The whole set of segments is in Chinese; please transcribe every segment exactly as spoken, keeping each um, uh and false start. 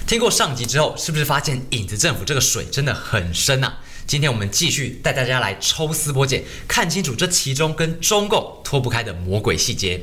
听过上集之后，是不是发现影子政府这个水真的很深啊？今天我们继续带大家来抽丝剥茧，看清楚这其中跟中共脱不开的魔鬼细节。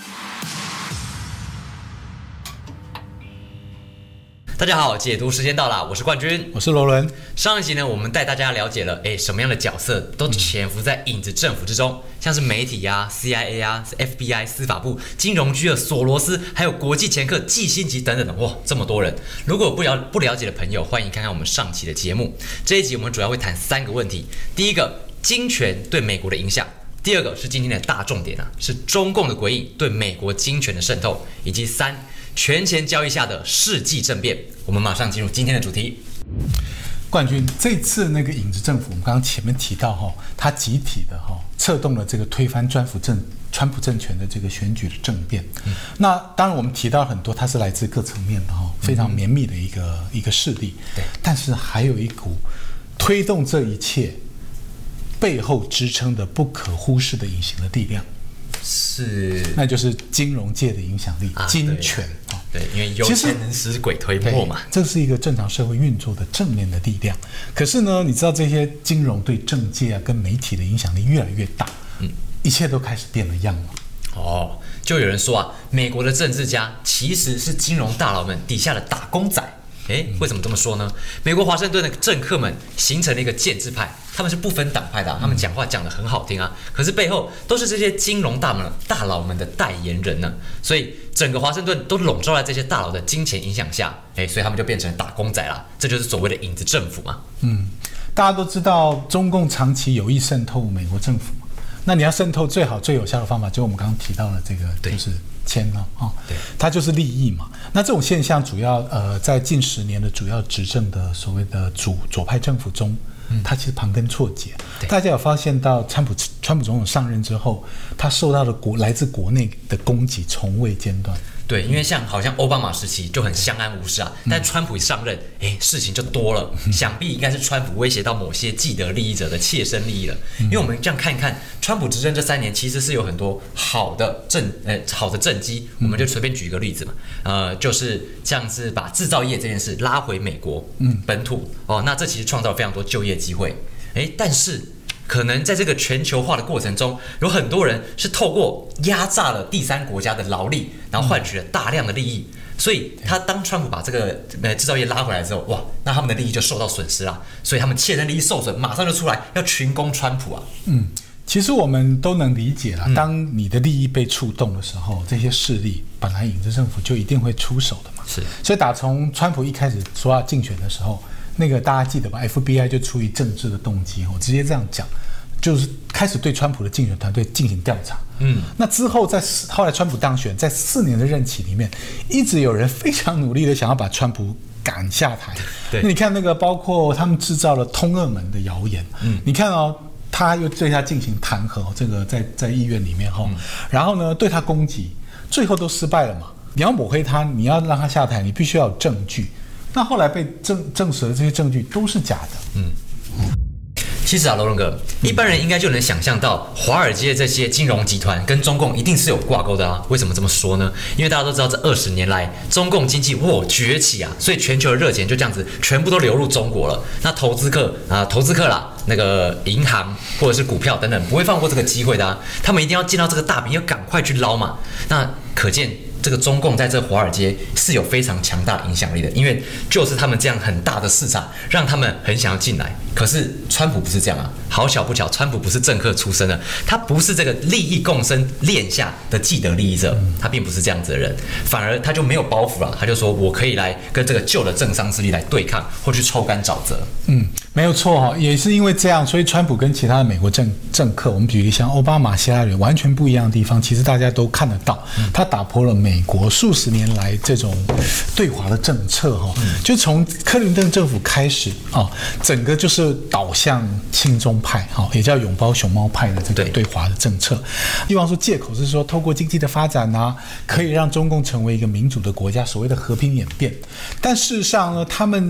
大家好，解读时间到了，我是冠军， 我是罗伦。 上一集呢，我们带大家了解了，哎，什么样的角色都潜伏在影子政府之中，像是媒体啊、C I A 啊、F B I、司法部、金融局的索罗斯，还有国际掮客季辛吉等等的，哇，这么多人！如果不了不了解的朋友，欢迎看看我们上期的节目。这一集我们主要会谈三个问题：第一个，金权对美国的影响；第二个是今天的大重点啊，是中共的鬼影对美国金权的渗透；以及三。权钱交易下的世纪政变，我们马上进入今天的主题。 冠军，这次那个影子政府，我们刚刚前面提到哈，它集体的哈策动了这个推翻川普政川普政权的这个选举的政变。嗯、那当然我们提到很多，它是来自各层面的哈，非常绵密的一个、嗯、一个势力。对，但是还有一股推动这一切背后支撑的不可忽视的隐形的力量。 是， 那就是金融界的影响力，啊、金权啊， 对，因为有钱能使鬼推磨嘛， 这是一个正常社会运作的正面的力量。可是呢，你知道这些金融对政界啊跟媒体的影响力越来越大，嗯，一切都开始变了样了。 哦，就有人说啊，美国的政治家其实是金融大佬们底下的打工仔。诶，为什么这么说呢？美国华盛顿的政客们形成了一个建制派，他们是不分党派的、啊，他们讲话讲得很好听啊，可是背后都是这些金融大们大佬们的代言人呢，所以整个华盛顿都笼罩在这些大佬的金钱影响下，诶，所以他们就变成打工仔啦，这就是所谓的影子政府嘛。嗯， 大家都知道中共长期有意渗透美国政府嘛，那你要渗透最好最有效的方法，就是我们刚刚提到的这个，就是钱了啊，对，它就是利益嘛。那这种现象主要呃，在近十年的主要执政的所谓的主左派政府中，嗯、它其实盘根错节。大家有发现到川普川普总统上任之后，他受到的国来自国内的攻击从未间断。 对，因为像好像奥巴马时期就很相安无事啊，但川普一上任，哎，事情就多了。想必应该是川普威胁到某些既得利益者的切身利益了。因为我们这样看一看，川普执政这三年其实是有很多好的政呃好的政绩，我们就随便举一个例子嘛，呃，就是像是把制造业这件事拉回美国本土哦，那这其实创造了非常多就业机会。哎，但是。可能在这个全球化的过程中，有很多人是透过压榨了第三国家的劳力，然后换取了大量的利益。所以他当川普把这个呃制造业拉回来之后，哇，那他们的利益就受到损失了。所以他们切身利益受损，马上就出来要群攻川普啊。嗯， 其实我们都能理解啦，当你的利益被触动的时候，这些势力本来影子政府就一定会出手的嘛。是，所以打从川普一开始说要竞选的时候。那个大家记得吧 ？F B I 就出于政治的动机，我直接这样讲，就是开始对川普的竞选团队进行调查。嗯，那之后在后来川普当选，在四年的任期里面，一直有人非常努力的想要把川普赶下台。对，那你看那个，包括他们制造了通俄门的谣言。嗯，你看哦，他又对他进行弹劾，这个在在议院里面哈、嗯，然后呢对他攻击，最后都失败了嘛。你要抹黑他，你要让他下台，你必须要有证据。那后来被证证实的这些证据都是假的。嗯， 其实啊，罗伦哥，一般人应该就能想象到，华尔街这些金融集团跟中共一定是有挂钩的啊。为什么这么说呢？因为大家都知道，这二十年来，中共经济哇崛起啊，所以全球的热钱就这样子全部都流入中国了。那投资客啊、呃，投资客啦，那个银行或者是股票等等，不会放过这个机会的啊。他们一定要见到这个大饼，要赶快去捞嘛。那可见。这个中共在这华尔街是有非常强大影响力的，因为就是他们这样很大的市场，让他们很想要进来。可是川普不是这样啊，好巧不巧，川普不是政客出身的，他不是这个利益共生链下的既得利益者，他并不是这样子的人，反而他就没有包袱了，他就说我可以来跟这个旧的政商势力来对抗，或去抽干沼泽。嗯， 没有错哈，也是因为这样，所以川普跟其他的美国政政客，我们举例像奥巴马、希拉里完全不一样的地方，其实大家都看得到，他打破了美国数十年来这种对华的政策哈，就从克林顿政府开始啊，整个就是导向亲中派哈，也叫拥抱熊猫派的这个对华的政策，希望说借口是说透过经济的发展啊，可以让中共成为一个民主的国家，所谓的和平演变。但事实上呢，他们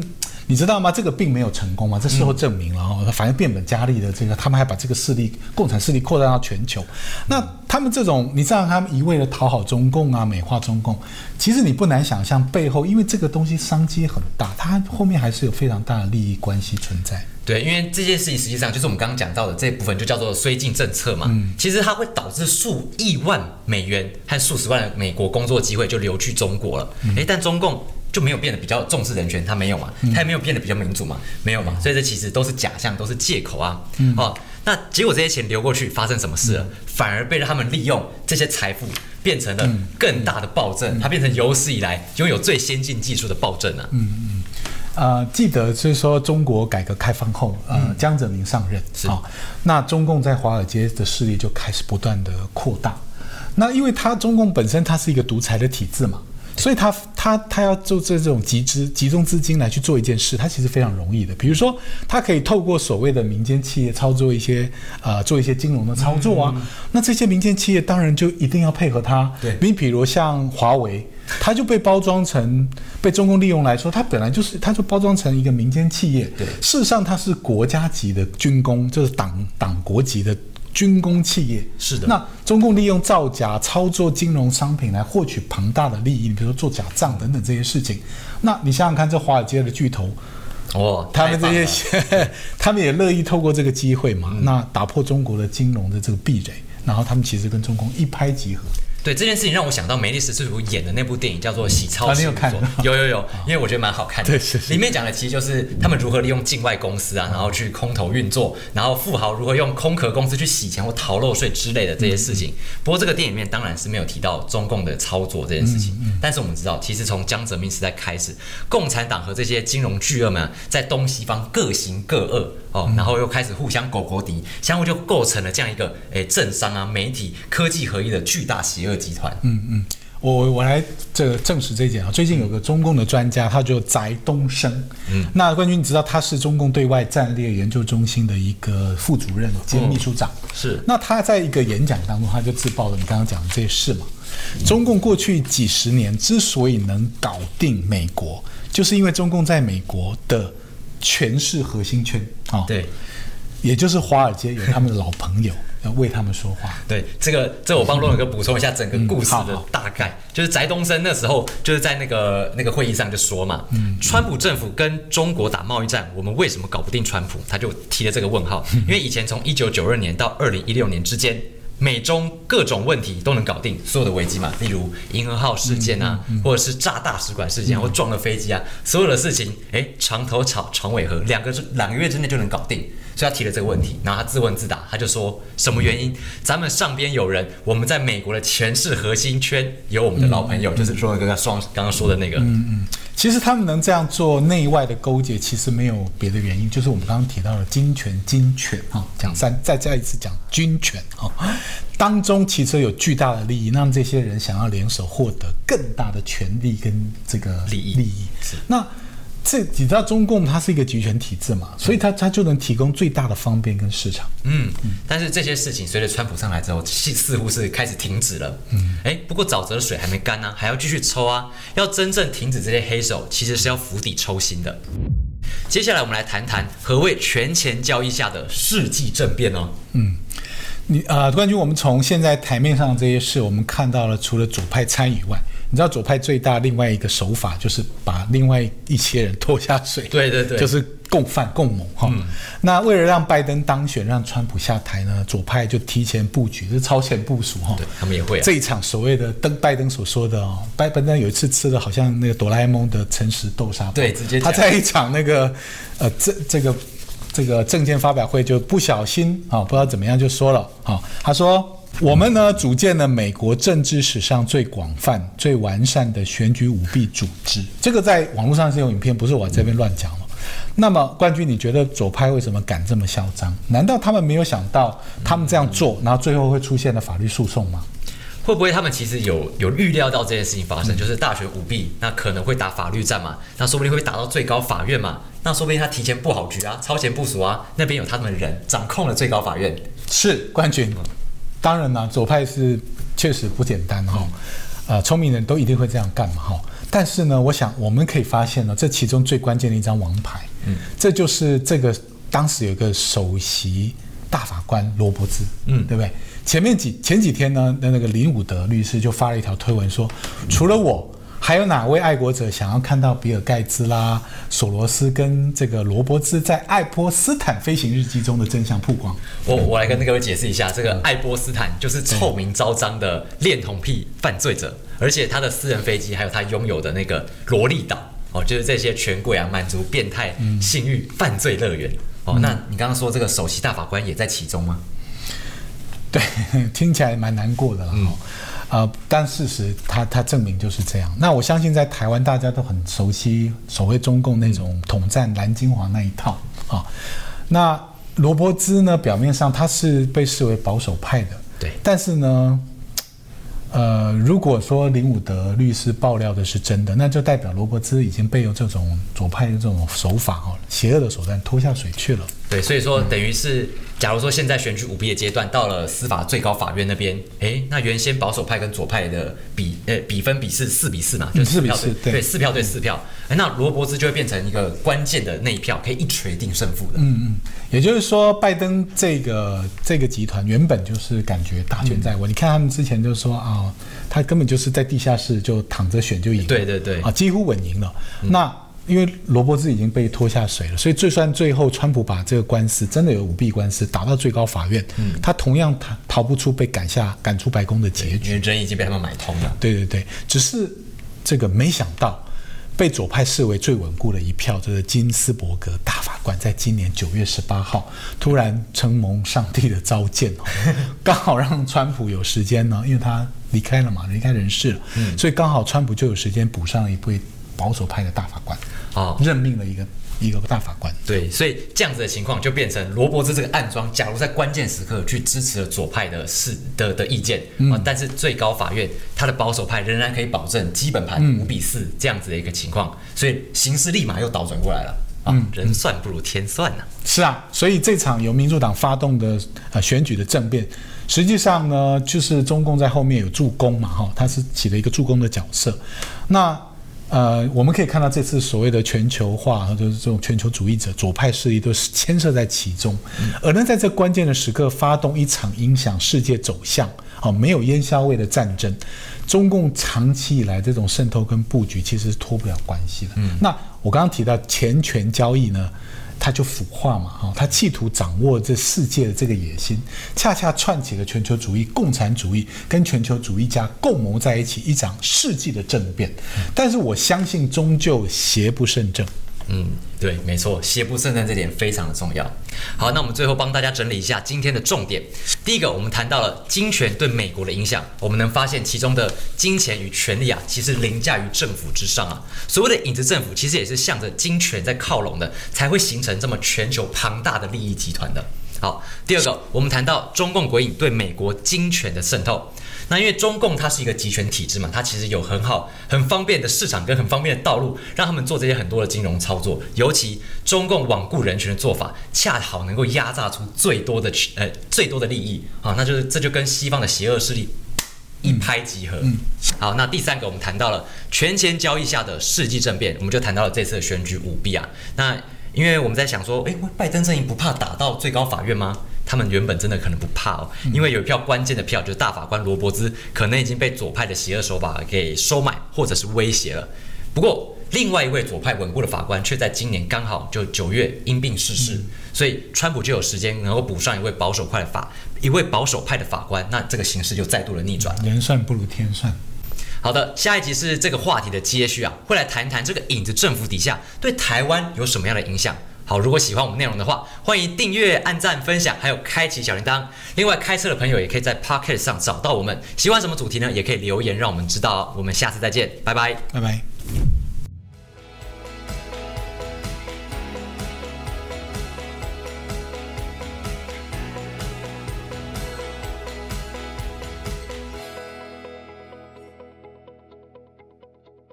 你知道吗？这个并没有成功嘛，这事后证明了哦，反正变本加厉的这个，他们还把这个势力，共产势力扩大到全球。那他们这种，你知道他们一味的讨好中共啊，美化中共，其实你不难想象背后，因为这个东西商机很大，它后面还是有非常大的利益关系存在。 对，因为这件事情实际上就是我们刚刚讲到的这一部分，就叫做绥靖政策嘛。嗯，其实它会导致数亿万美元和数十万的美国工作机会就流去中国了。哎、嗯，但中共就没有变得比较重视人权，它没有嘛，它也没有变得比较民主嘛，没有嘛，所以这其实都是假象，都是借口啊。嗯，哦，那结果这些钱流过去，发生什么事了？嗯、反而被他们利用这些财富，变成了更大的暴政，嗯、它变成有史以来拥有最先进技术的暴政啊。 嗯嗯。呃，记得就是说，中国改革开放后，呃，江泽民上任，啊、哦，那中共在华尔街的势力就开始不断的扩大。那因为它中共本身它是一个独裁的体制嘛，所以它它它要做这种集资集中资金来去做一件事，它其实非常容易的。比如说，它可以透过所谓的民间企业操作一些呃做一些金融的操作啊，嗯、那这些民间企业当然就一定要配合它。 对， 你比如像华为。它就被包装成被中共利用来说，它本来就是它就包装成一个民间企业。 对， 事实上它是国家级的军工，就是党党国级的军工企业。 是的。那中共利用造假、操作金融商品来获取庞大的利益，你比如说做假账等等这些事情。那你想想看，这华尔街的巨头。 哦， 他们这些，他们也乐意透过这个机会嘛，嗯、那打破中国的金融的这个壁垒，然后他们其实跟中共一拍即合。 对这件事情让我想到梅丽史翠普演的那部电影叫做《洗钞事务所》，啊、 有有有，因为我觉得蛮好看的。 对，是是。 里面讲的其实就是他们如何利用境外公司啊，然后去空头运作，然后富豪如何用空壳公司去洗钱或逃漏税之类的这些事情。嗯、不过这个电影里面当然是没有提到中共的操作这件事情。嗯嗯、但是我们知道，其实从江泽民时代开始，共产党和这些金融巨鳄们在东西方各行各恶哦，嗯、然后又开始互相狗狗敌，相互就构成了这样一个诶政商啊、媒体、科技合一的巨大邪恶集团。 嗯。嗯，我我来这个证实这一点啊。最近有个中共的专家，他就翟东升。嗯，那冠军你知道他是中共对外战略研究中心的一个副主任兼秘书长。 哦、是。 那他在一个演讲当中，他就自曝了你刚刚讲的这些事嘛。嗯、中共过去几十年之所以能搞定美国，就是因为中共在美国的权势核心圈啊。哦、 对。 也就是华尔街有他们的老朋友要为他们说话。 对，这个这我帮洛伦哥补充一下整个故事的大概，嗯、就是翟东升那时候就是在那个那个会议上就说嘛，嗯、川普政府跟中国打贸易战，我们为什么搞不定川普？他就提了这个问号，嗯、因为以前从一九九二年到二零一六年之间。美中各种问题都能搞定，所有的危机嘛，例如银河号事件啊，嗯嗯嗯、或者是炸大使馆事件，嗯、或撞了飞机啊，所有的事情，哎，长头草长尾和，两个两个月之内就能搞定。所以他提了这个问题，然后他自问自答，他就说什么原因？咱们上边有人，我们在美国的权势核心圈有我们的老朋友，嗯、就是说刚刚双刚刚说的那个。 嗯嗯，其实他们能这样做内外的勾结，其实没有别的原因，就是我们刚刚提到的金权金权啊，讲三再再一次讲军权啊。当中其实有巨大的利益，让这些人想要联手获得更大的权利跟这个利益。 利益那这你知道中共它是一个集权体制嘛，所以它它就能提供最大的方便跟市场。 嗯，嗯但是这些事情随着川普上来之后，似乎是开始停止了。嗯，哎，不过沼泽的水还没干呢、啊，还要继续抽啊。要真正停止这些黑手，其实是要釜底抽薪的。接下来我们来谈谈何谓权钱交易下的世纪政变哦。 嗯。你啊、呃，冠军，我们从现在台面上的这些事，我们看到了，除了左派参与外，你知道左派最大另外一个手法就是把另外一些人拖下水， 对对对， 就是共犯共谋哈。嗯、那为了让拜登当选，让川普下台呢，左派就提前布局，就是超前部署哈。 对，他们也会、啊、 这一场所谓的登拜登所说的哦，拜登有一次吃的好像那个哆啦 A 梦的诚实豆沙包， 对，直接他在一场那个呃这这个。这个政见发表会就不小心啊，不知道怎么样就说了啊，他说我们呢组建了美国政治史上最广泛、最完善的选举舞弊组织。这个在网络上是有影片，不是我这边乱讲了。那么冠军，你觉得左派为什么敢这么嚣张？难道他们没有想到他们这样做，然后最后会出现了法律诉讼吗？ 会不会他们其实有有预料到这件事情发生，嗯、就是大选舞弊，那可能会打法律战嘛，那说不定会打到最高法院嘛，那说不定他提前布好局啊，超前部署啊，那边有他们的人掌控了最高法院。 是冠军，当然啦，左派是确实不简单哈、哦，呃，聪明人都一定会这样干嘛哈。 但是呢，我想我们可以发现呢，这其中最关键的一张王牌，嗯，这就是这个当时有一个首席大法官罗伯兹，嗯，对不对？前面几前几天呢，那那个林伍德律师就发了一条推文说，除了我。还有哪位爱国者想要看到比尔盖茨啦、索罗斯跟这个罗伯兹在爱泼斯坦飞行日记中的真相曝光？ 我我来跟各位解释一下，这个爱泼斯坦就是臭名昭彰的恋童癖犯罪者，而且他的私人飞机还有他拥有的那个萝莉岛哦，就是这些权贵啊满足变态性欲犯罪乐园哦。那你刚刚说这个首席大法官也在其中吗？ 对，听起来蛮难过的了。嗯呃，但事实它它证明就是这样。那我相信在台湾大家都很熟悉所谓中共那种统战蓝金黄那一套啊。那罗伯兹呢，表面上他是被视为保守派的， 对。 但是呢，呃，如果说林伍德律师爆料的是真的，那就代表罗伯兹已经被有这种左派的这种手法哦，邪恶的手段拖下水去了。 对，所以说等于是，假如说现在选举舞弊的阶段到了司法最高法院那边，哎，那原先保守派跟左派的比，呃，比分比是四比四嘛，就四票对，对，四票对四票，哎，那罗伯兹就会变成一个关键的那一票，可以一锤定胜负的。 嗯嗯，也就是说，拜登这个这个集团原本就是感觉大权在握，嗯、你看他们之前就说啊、哦，他根本就是在地下室就躺着选就赢了， 对对对， 啊，几乎稳赢了。嗯、那因为罗伯兹已经被拖下水了，所以就算最后川普把这个官司真的有舞弊官司打到最高法院，嗯、他同样逃逃不出被赶下赶出白宫的结局， 因为人已经被他们买通了。 对对对，只是这个没想到，被左派视为最稳固的一票，这个金斯伯格大法官，在今年九月十八号突然承蒙上帝的召见哦，刚好让川普有时间呢，因为他离开了嘛，离开人世了，嗯、所以刚好川普就有时间补上了一位保守派的大法官。哦，任命了一个一个大法官。 对，所以这样子的情况就变成罗伯兹这个暗桩，假如在关键时刻去支持了左派的事的的意见，嗯、但是最高法院他的保守派仍然可以保证基本盘五比四这样子的一个情况，所以形势立马又倒转过来了。啊，嗯、人算不如天算呐、啊。 是啊，所以这场由民主党发动的呃选举的政变，实际上呢，就是中共在后面有助攻嘛，哈，他是起了一个助攻的角色。那呃，我们可以看到这次所谓的全球化，就是这种全球主义者、左派势力都是牵涉在其中，嗯、而能在这关键的时刻发动一场影响世界走向、哦、没有烟硝味的战争，中共长期以来这种渗透跟布局其实是脱不了关系的。嗯、那我刚刚提到钱权交易呢？他就腐化嘛，哈，他企图掌握这世界的这个野心，恰恰串起了全球主义、共产主义跟全球主义家共谋在一起一场世纪的政变。但是我相信，终究邪不胜正。 嗯，对，没错，邪不胜正这点非常的重要。好，那我们最后帮大家整理一下今天的重点。第一个，我们谈到了金权对美国的影响，我们能发现其中的金钱与权力啊，其实凌驾于政府之上啊。所谓的影子政府，其实也是向着金权在靠拢的，才会形成这么全球庞大的利益集团的。好，第二个，我们谈到中共鬼影对美国金权的渗透。那因为中共它是一个集权体制嘛，它其实有很好、很方便的市场跟很方便的道路，让他们做这些很多的金融操作。尤其中共罔顾人权的做法，恰好能够压榨出最多的呃最多的利益啊，那就是这就跟西方的邪恶势力一拍即合。嗯嗯、好，那第三个我们谈到了权钱交易下的世纪政变，我们就谈到了这次的选举舞弊啊。那因为我们在想说，哎，拜登阵营不怕打到最高法院吗？他们原本真的可能不怕哦，因为有一票关键的票，就是大法官罗伯兹，可能已经被左派的邪恶手法给收买或者是威胁了。不过，另外一位左派稳固的法官却在今年刚好就九月因病逝世，嗯、所以川普就有时间能够补上一位保守派的法一位保守派的法官，那这个形势就再度的逆转。 人算不如天算。 好的，下一集是这个话题的接续啊，会来谈谈这个影子政府底下对台湾有什么样的影响。好，如果喜欢我们内容的话，欢迎订阅、按赞、分享，还有开启小铃铛。另外，开车的朋友也可以在 Podcast 上找到我们。喜欢什么主题呢？也可以留言让我们知道。我们下次再见，拜拜， 拜拜。